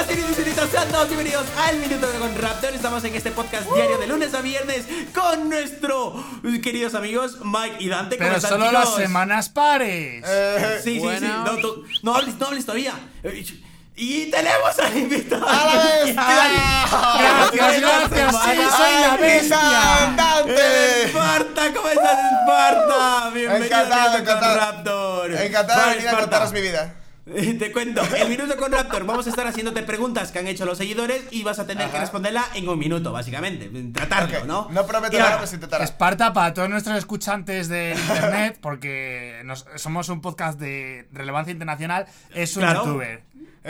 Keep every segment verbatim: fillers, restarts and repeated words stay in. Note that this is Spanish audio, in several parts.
Sean todos bienvenidos al Minuto con Raptor. Estamos en este podcast diario de lunes a viernes con nuestros queridos amigos Mike y Dante. Pero solo chicos? Las semanas pares. Eh, sí, bueno. sí, sí. No, tú, no hables, no hables todavía. Y tenemos al invitado. ¡A la bestia! Gracias, gracias. Sí, soy la bestia. ¡Dante! ¡Esparta! ¿Cómo estás, Esparta? Bienvenido encantado, al encantado. con Raptor. Encantado de venir a contaros mi vida. Te cuento, el Minuto con Raptor. Vamos a estar haciendo preguntas que han hecho los seguidores y vas a tener Ajá. que responderla en un minuto, básicamente. Tratarlo, okay. ¿no? No prometo nada, pues intentaré. Esparta, para todos nuestros escuchantes de internet, porque nos, somos un podcast de relevancia internacional, es un claro. youtuber.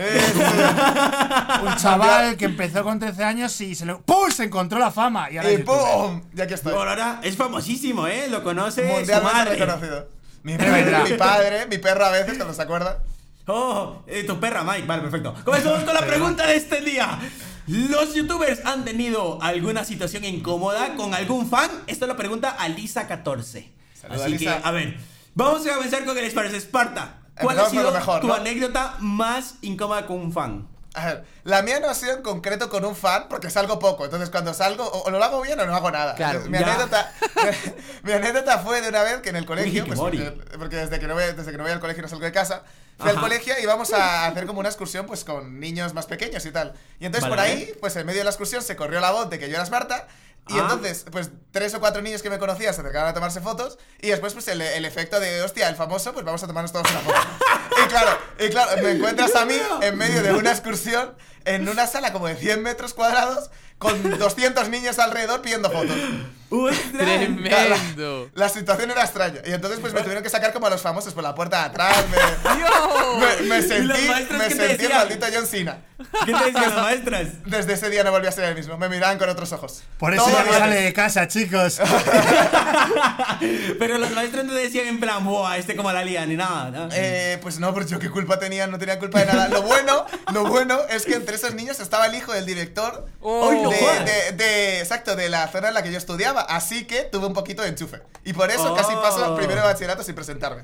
Un chaval que empezó con trece años y se le ¡pum! Se encontró la fama. Y ahora y ¡pum! Ya que estoy. Bueno, ahora es famosísimo, ¿eh? Lo conoce mundialmente su madre. reconocido. Mi, mi padre, mi perro a veces, cuando se acuerda. Oh, eh, tu perra, Mike. Vale, perfecto. Comenzamos con la pregunta de este día. ¿Los youtubers han tenido alguna situación incómoda con algún fan? Esto lo pregunta Alisa catorce. Saluda, Así Alisa. que, a ver, vamos a comenzar con el Esparta. Esparta, ¿cuál ha sido mejor, tu ¿no? anécdota más incómoda con un fan? A ver, la mía no ha sido en concreto con un fan porque salgo poco. Entonces cuando salgo o, o lo hago bien o no hago nada. Claro, mi, anécdota, mi, mi anécdota fue de una vez que en el colegio, Uy, pues, porque, porque desde que, no voy, desde que no voy al colegio no salgo de casa, fui Ajá. al colegio y íbamos a hacer como una excursión pues con niños más pequeños y tal. Y entonces vale, por ahí, pues en medio de la excursión se corrió la voz de que yo era Esparta. Y ah. entonces, pues tres o cuatro niños que me conocían se acercaban a tomarse fotos. Y después, pues el, el efecto de, hostia, el famoso, pues vamos a tomarnos todos una foto. Y claro, y claro, me encuentras a mí en medio de una excursión en una sala como de cien metros cuadrados con doscientos niños alrededor pidiendo fotos. ¡Tremendo! La, la situación era extraña. Y entonces pues me tuvieron que sacar como a los famosos por la puerta de atrás. Me, me, me sentí, me sentí el maldito John Cena. ¿Qué te decían las maestras? Desde ese día no volví a ser el mismo. Me miraban con otros ojos. Por eso ya no sale de casa, chicos. Pero los maestros no te decían en plan, buah, este como la lía, ni nada, ¿no? Eh, pues no, porque yo qué culpa tenía, no tenía culpa de nada. Lo bueno, lo bueno es que entre esos niños estaba el hijo del director oh, de, de, de, de, exacto, de la zona en la que yo estudiaba. Así que tuve un poquito de enchufe. Y por eso oh. casi paso primero de bachillerato sin presentarme.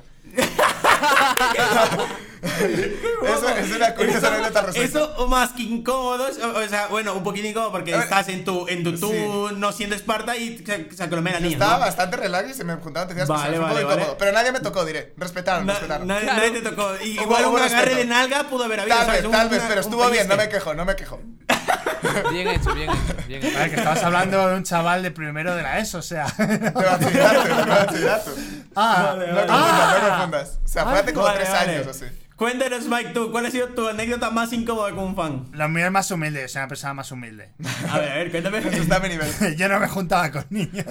Eso es una curiosa anécdota resuelta. Eso más que incómodo, o sea, bueno, un poquito incómodo porque ver, estás en tu, en tu, tú sí. no siendo Esparta y se, se aglomera niños. Estaba ¿no? bastante relax y se me juntaban te decías vale, que vale, fue vale. incómodo. Pero nadie me tocó, diré. Respetaron, Na, respetaron. Nadie, nadie te tocó. Y, igual un agarre respeto. de nalga pudo haber habido. Tal ¿sabes? vez, un, tal vez, una, pero estuvo bien, no me quejo, no me quejo. Bien hecho, bien hecho, bien hecho. Vale, que estabas hablando de un chaval de primero de la ESO, o sea. De bachillerato, de bachillerato. Ah, vale, vale. No confundas, ah. no confundas. O sea, fue hace como vale, tres vale. años así. Cuéntanos, Mike, tú, ¿cuál ha sido tu anécdota más incómoda con un fan? Lo mío es más humilde, soy una persona más humilde. A ver, a ver, cuéntame. Eso está a mi nivel. Yo no me juntaba con niños.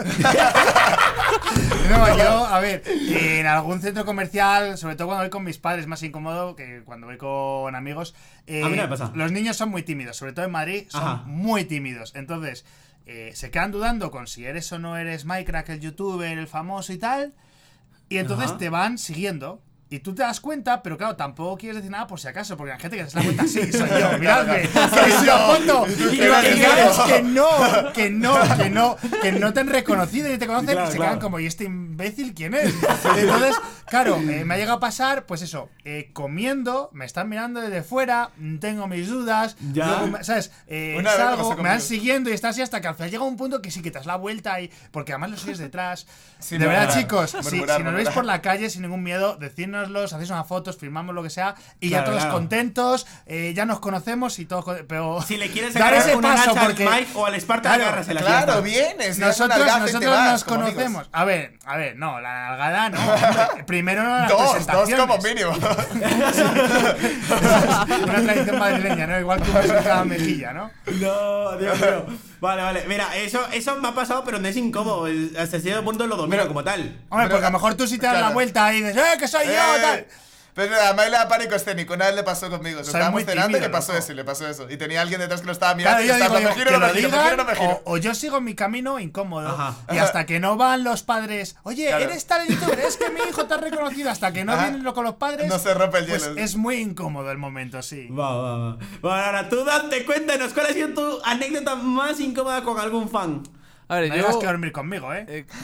No, yo, a ver, en algún centro comercial, sobre todo cuando voy con mis padres, más incómodo que cuando voy con amigos. Eh, a mí no me pasa. Los niños son muy tímidos, sobre todo en Madrid, son Ajá. muy tímidos. Entonces, eh, se quedan dudando con si eres o no eres Minecraft, el youtuber, el famoso y tal. Y entonces Ajá. te van siguiendo. Y tú te das cuenta, pero claro, tampoco quieres decir nada por si acaso, porque la gente que se da cuenta, sí, soy yo, miradme, soy yo, foto. Y sabes que no, que no, que no, que no te han reconocido y te conocen, claro, y se claro. quedan como, ¿y este imbécil quién es? Entonces, claro, eh, me ha llegado a pasar, pues eso, eh, comiendo, me están mirando desde fuera, tengo mis dudas, ya. luego, ¿sabes? Eh, salgo, me van siguiendo y está así hasta que al final llega un punto que sí que te das la vuelta y, porque además lo sigues detrás. Sí, de verdad, chicos, murmurar, si, murmurar, si nos veis por la calle sin ningún miedo, decidnos los, hacéis unas fotos, firmamos lo que sea y claro, ya todos claro. contentos, eh, ya nos conocemos y todos, pero si le quieres dar ese paso porque al Mike o al Esparta, claro, agárrase la claro, vienes, nosotros, nosotros vas, nos conocemos. Amigos. A ver, a ver, no, la nalgada no. Primero no las dos, presentaciones. Dos como mínimo. Una tradición madrileña, ¿no? Igual que un beso en cada mejilla, ¿no? No, Dios mío. Vale, vale. Mira, eso, eso me ha pasado, pero no es incómodo. Hasta cierto punto lo domino como tal. Hombre, porque a lo mejor tú sí te das claro. la vuelta y dices, ¡eh, que soy eh, yo! Tal. Pero a Mike le da pánico escénico. Una vez le pasó conmigo. Nos estábamos cenando y le pasó eso, y le pasó eso. Y tenía alguien detrás que lo estaba mirando. Claro, y estaba, digo, me giro, no me giro, me giro, no me giro. O, o yo sigo mi camino incómodo. Ajá. Y hasta que no van los padres, oye, claro. eres tal youtuber, es que mi hijo te ha reconocido. Hasta que no Ajá. vienen con los padres, no se rompe el hielo. Pues es muy incómodo el momento, sí. Va, va, va. Bueno, ahora tú, Dante, cuéntanos, ¿cuál ha sido tu anécdota más incómoda con algún fan? A ver, no yo... tienes que dormir conmigo, ¿eh? eh.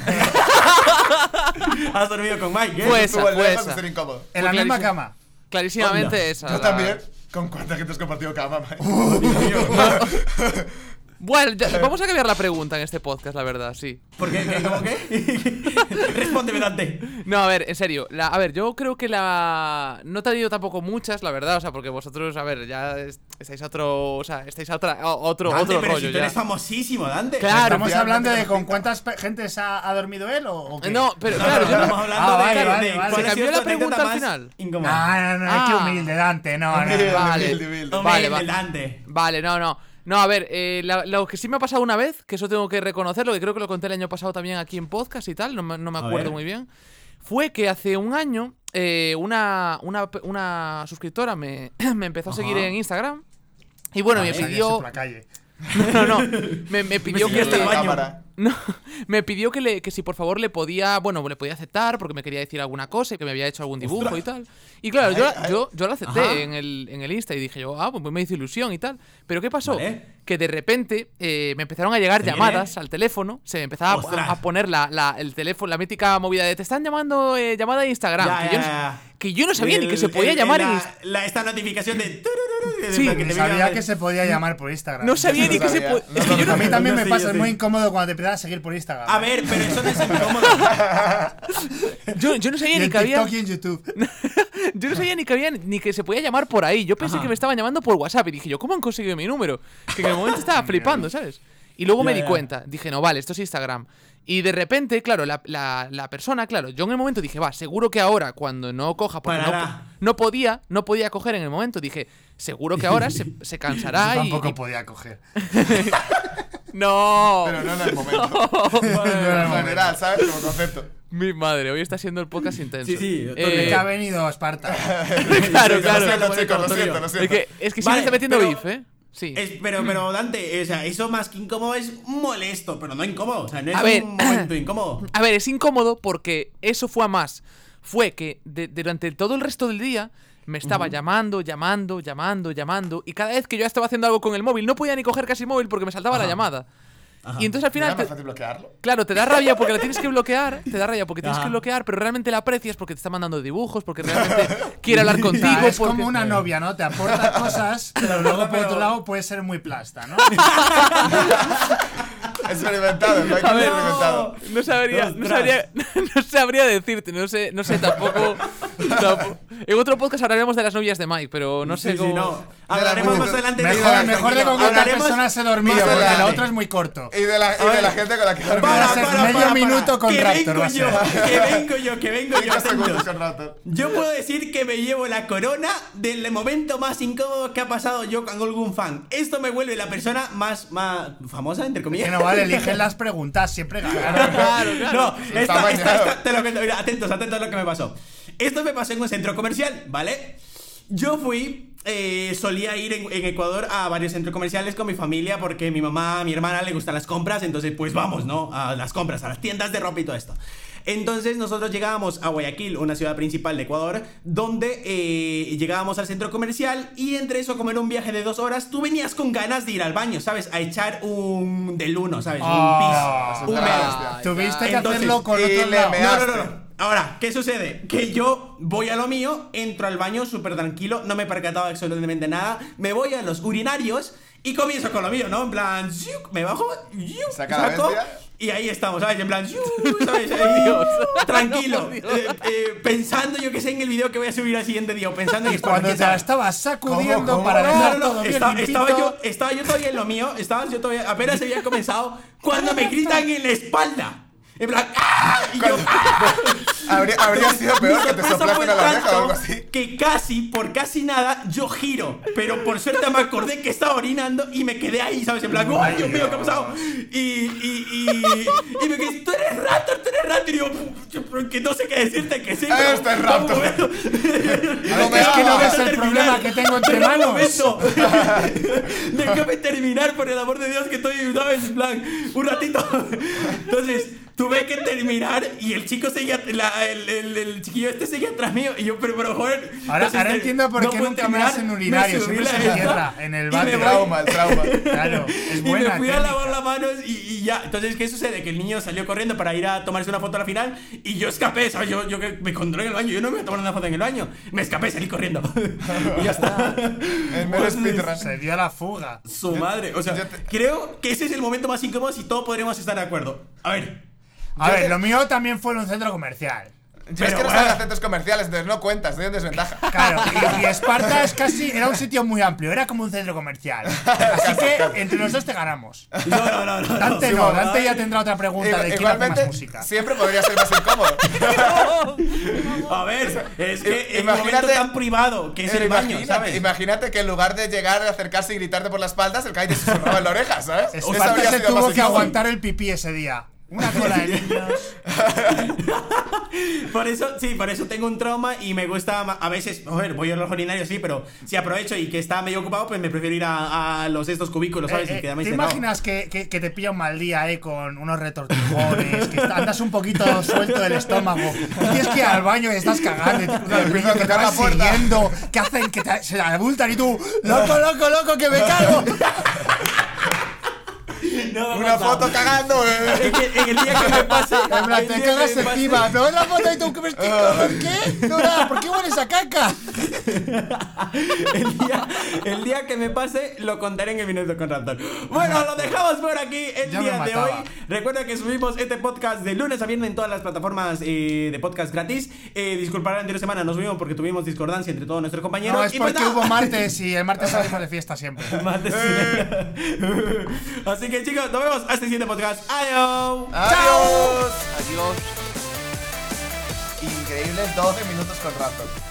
Has dormido con Mike, ¿eh? Fue esa, fue esa. En la misma cama. Clarísimamente Onda. esa. Yo la... también. ¿Con cuánta gente has compartido cama, Mike? Oh, Dios mío. Bueno, ya- vamos a cambiar la pregunta en este podcast, la verdad, sí. ¿Por qué? ¿Qué? ¿Cómo qué? Respóndeme, Dante. No, a ver, en serio. La, a ver, yo creo que la. No he tenido tampoco muchas, la verdad. O sea, porque vosotros, a ver, ya es- estáis a otro. O sea, estáis a otra, a otro, Dante, otro pero rollo si tú ya. eres famosísimo, Dante. Claro. ¿Estamos Efectivamente, hablando de que nos con pinta. cuántas pe- gentes ha, ha dormido él o, o qué? No, pero No, claro, no, yo no. estamos hablando Ah, de, vale, claro, vale, de vale. cuál Se ha cambió sido la tu anécdota pregunta al más final. incómoda. No, no, no, Ah. qué humilde, Dante. No, no, Humilde, no. Vale. humilde, humilde. Hombre, Vale, el va- Dante. Vale, no, no. No, a ver, eh, la- lo que sí me ha pasado una vez, que eso tengo que reconocerlo, que creo que lo conté el año pasado también aquí en podcast y tal, no me, no me A acuerdo ver. muy bien, fue que hace un año eh, una, una, una suscriptora me, me empezó a seguir Ajá. en Instagram y bueno, Vale. me Salías pidió... por la calle. No, no, me, me pidió Me que siguió le... hasta el baño. Cámara. No, me pidió que, le, que si por favor le podía, bueno, le podía aceptar porque me quería decir alguna cosa y que me había hecho algún dibujo Ostras. y tal. Y claro, yo, Ay, ay. yo, yo lo acepté Ajá. en el, en el Insta y dije yo, ah, pues me hizo ilusión y tal. Pero ¿qué pasó? Vale. Que de repente eh, me empezaron a llegar ¿Se llamadas viene? al teléfono, se me empezaba a, Ostras. a poner la, la- el teléfono, la mítica movida de te están llamando eh, llamada de Instagram. Ya, que, ya, yo no, ya. que yo no sabía ni que El- se podía el- llamar la, en Instagram. la- esta notificación de. turururu, Sí, que Ni te sabía venga- que se podía llamar por Instagram. No sabía ni no que se sabía. podía. No, Es que no, yo no, A no, mí también Yo me sí, pasa, yo es sí. muy incómodo cuando te empiezas a seguir por Instagram. A ver, pero eso no es incómodo. yo, yo no y sabía en ni que había. TikTok y en YouTube. Yo no sabía ni que había ni que se podía llamar por ahí. Yo pensé Ajá. que me estaban llamando por WhatsApp y dije yo, ¿cómo han conseguido mi número? Que en el momento estaba flipando, ¿sabes? Y luego me Ya, di ya. cuenta. Dije, no, vale, esto es Instagram. Y de repente, claro, la, la, la persona, claro, yo en el momento dije, va, seguro que ahora, cuando no coja, porque no, Parará. no podía, no podía coger en el momento, dije, seguro que ahora se, se cansará Yo y... tampoco y- podía coger. No. Pero no en el momento. No era el En general, ¿sabes? Como concepto. Mi madre, hoy está siendo el podcast intenso. Sí, sí, Eh, Es que ha venido Esparta. claro, Lo claro. siento, Bueno, chicos, lo Antonio. siento, lo Es siento. que, es que sí Vale, me está metiendo pero- beef, ¿eh? Sí. Es- pero, pero, Dante, o sea, eso más que incómodo es molesto, pero no incómodo. O sea, no es A ver. un momento incómodo. A ver, es incómodo porque eso fue a más. Fue que de- durante todo el resto del día me estaba llamando, llamando, llamando, llamando. Y cada vez que yo estaba haciendo algo con el móvil, no podía ni coger casi el móvil porque me saltaba la Ajá. llamada. Ajá. Y entonces al ¿No era final, más te- fácil bloquearlo? claro, te da rabia porque la tienes que bloquear. Te da rabia porque tienes Ajá. que bloquear, pero realmente la aprecias porque te está mandando dibujos, porque realmente quiere hablar O contigo. sea, es porque- como una novia, ¿no? Te aporta cosas, pero luego por Pero- otro lado puede ser muy plasta, ¿no? Experimentado, no hay que A ver, experimentado. No sabría, no Ostras. sabría, no sabría decirte, no sé, no sé tampoco, tampoco- En otro podcast hablaremos de las novias de Mike, pero no sé Sí, sí, cómo. no. Hablaremos más adelante de Mejor, eso, mejor de tranquilo. con qué otra Hablaremos persona se dormía, más porque la adelante. otra es muy corto. Y de la, y de la gente con la que dormía. Va a ser medio minuto con que Raptor, vengo va a yo, ser. que vengo yo, que vengo yo. cinco segundos atentos. con Raptor. Yo puedo decir que me llevo la corona del momento más incómodo que ha pasado yo con algún fan. Esto me vuelve la persona más, más famosa, entre comillas. Que no vale, eligen las preguntas, siempre ganan. Claro, claro. No, Está esta, esta, bañado. esta- te lo cuento, mira, atentos, atentos a lo que me pasó. Esto me pasó en un centro comercial, ¿vale? Yo fui, eh, solía ir en, en Ecuador a varios centros comerciales con mi familia porque mi mamá, a mi hermana le gustan las compras, entonces pues vamos, ¿no? A las compras, a las tiendas de ropa y todo esto. Entonces nosotros llegábamos a Guayaquil, una ciudad principal de Ecuador, donde eh, llegábamos al centro comercial y entre eso, como era un viaje de dos horas, tú venías con ganas de ir al baño, ¿sabes? A echar un del uno, ¿sabes? Oh, un pis, un ah, pedo. Ay, Tuviste que Entonces, hacerlo con y otro le lado. mea- No, no, no, Measte. no. Ahora, ¿qué sucede? Que yo voy a lo mío, entro al baño súper tranquilo, no me he percatado absolutamente nada, me voy a los urinarios y comienzo con lo mío, ¿no? En plan, ¡ziuc! Me bajo, ¡ziuc! Saca la saco, bestia. y ahí estamos, ¿sabes? En plan, ¡ziuc! ¿sabes? Ahí, Dios. tranquilo, No, por Dios. eh, eh, pensando yo que sé en el vídeo que voy a subir al siguiente día, o pensando en esto. Cuando ¿quién te la sabe? estabas sacudiendo ¿Cómo, cómo? para No, dejar no, no, todo bien esta- limpito. estaba, yo, estaba yo todavía en lo mío, estaba yo todavía, apenas había comenzado, cuando me gritan en la espalda. En plan, ¡ah! Y yo, ¡ah! Habría, habría sido peor que te sorpresa fue soplasen a la oreja o tanto algo así. que casi, por casi nada, yo giro. Pero por suerte me acordé que estaba orinando y me quedé ahí, ¿sabes? En plan, ¡ay, Dios mío, qué ha pasado! Y, y, y, y me quedé, tú eres Raptor, tú eres Raptor. Y digo, "Yo, que no sé qué decirte, que sí. pero Este es vamos un Raptor. momento". No me Es que no hagas. ves el problema que tengo entre Pero un manos. momento. Déjame terminar, por el amor de Dios, que estoy, ¿sabes? En plan, un ratito. Entonces, tuve que terminar y el chico seguía, la, el, el, el chiquillo este seguía atrás mío y yo, pero, pero joder. Ahora, entonces, ahora entiendo por no qué puedo nunca terminar, meas en urinario, me subí siempre la- se cierra en el Y me váter. voy- Trauma, el trauma. Claro, es Y buena me fui a técnica. lavar las manos y, y ya. Entonces, ¿qué sucede? Que el niño salió corriendo para ir a tomarse una foto a la final y yo escapé, ¿sabes? Yo, yo que me encontré en el baño. Yo no me voy a tomar una foto en el baño. Me escapé, salí corriendo. Y ya está. En mero speedrun. Se dio la fuga. Su madre. O sea, yo te- creo que ese es el momento más incómodo si todos podríamos estar de acuerdo. A ver. A Yo ver, te- lo mío también fue en un centro comercial. Yo es Pero que no bueno. están en centros comerciales, entonces no cuentas, estoy en desventaja. Claro, y, y Esparta es casi, era un sitio muy amplio, era como un centro comercial. Así que entre los dos te ganamos. No, no, no, no. Dante no, no, sí, Dante ya ay. tendrá otra pregunta de quién hace Igualmente, más música. siempre podría ser más incómodo. A ver, es que el Imagínate- momento tan privado que es el baño, imagínate, ¿sabes? imagínate que en lugar de llegar, acercarse y gritarte por las espaldas, el Kai te susurraba en la oreja, ¿sabes? Eso Esparta habría se sido tuvo más que incómodo. aguantar el pipí ese día. Una cola de niños. Por eso, sí, por eso tengo un trauma y me gusta ma- a veces, joder, voy a los urinarios, sí, pero si aprovecho y que está medio ocupado, pues me prefiero ir a, a los estos cubículos, ¿sabes? Eh, y eh, quedarme ¿Te encerrado. imaginas que, que, que te pilla un mal día, eh, con unos retortijones, que andas un poquito suelto del estómago, y tienes que ir al baño y estás cagando, y te cruza el Empieza a niño que te tocar va la puerta. siguiendo, que hacen que te, se abultan y tú, loco, loco, loco, que me cago. No, me ha Una pasado. foto cagando, eh. En el, en el día que me pase. En plan, el te día cagas que me pase- encima, te ves la foto y tú, ¿qué me estoy cagando? ¿Qué? No, nada, ¿por qué hueles a caca? El día, el día que me pase lo contaré en el minuto con Raptor. Bueno, lo dejamos por aquí el Ya me día de mataba. hoy. Recuerda que subimos este podcast de lunes a viernes en todas las plataformas eh, de podcast gratis. Eh, disculpad la anterior semana, nos vimos porque tuvimos discordancia entre todos nuestros compañeros. No, es Y pues porque nada. hubo martes y el martes salimos de fiesta siempre. Martes. Así que chicos, nos vemos hasta el siguiente podcast. Adiós. Adiós. Adiós. Increíbles doce minutos con Raptor.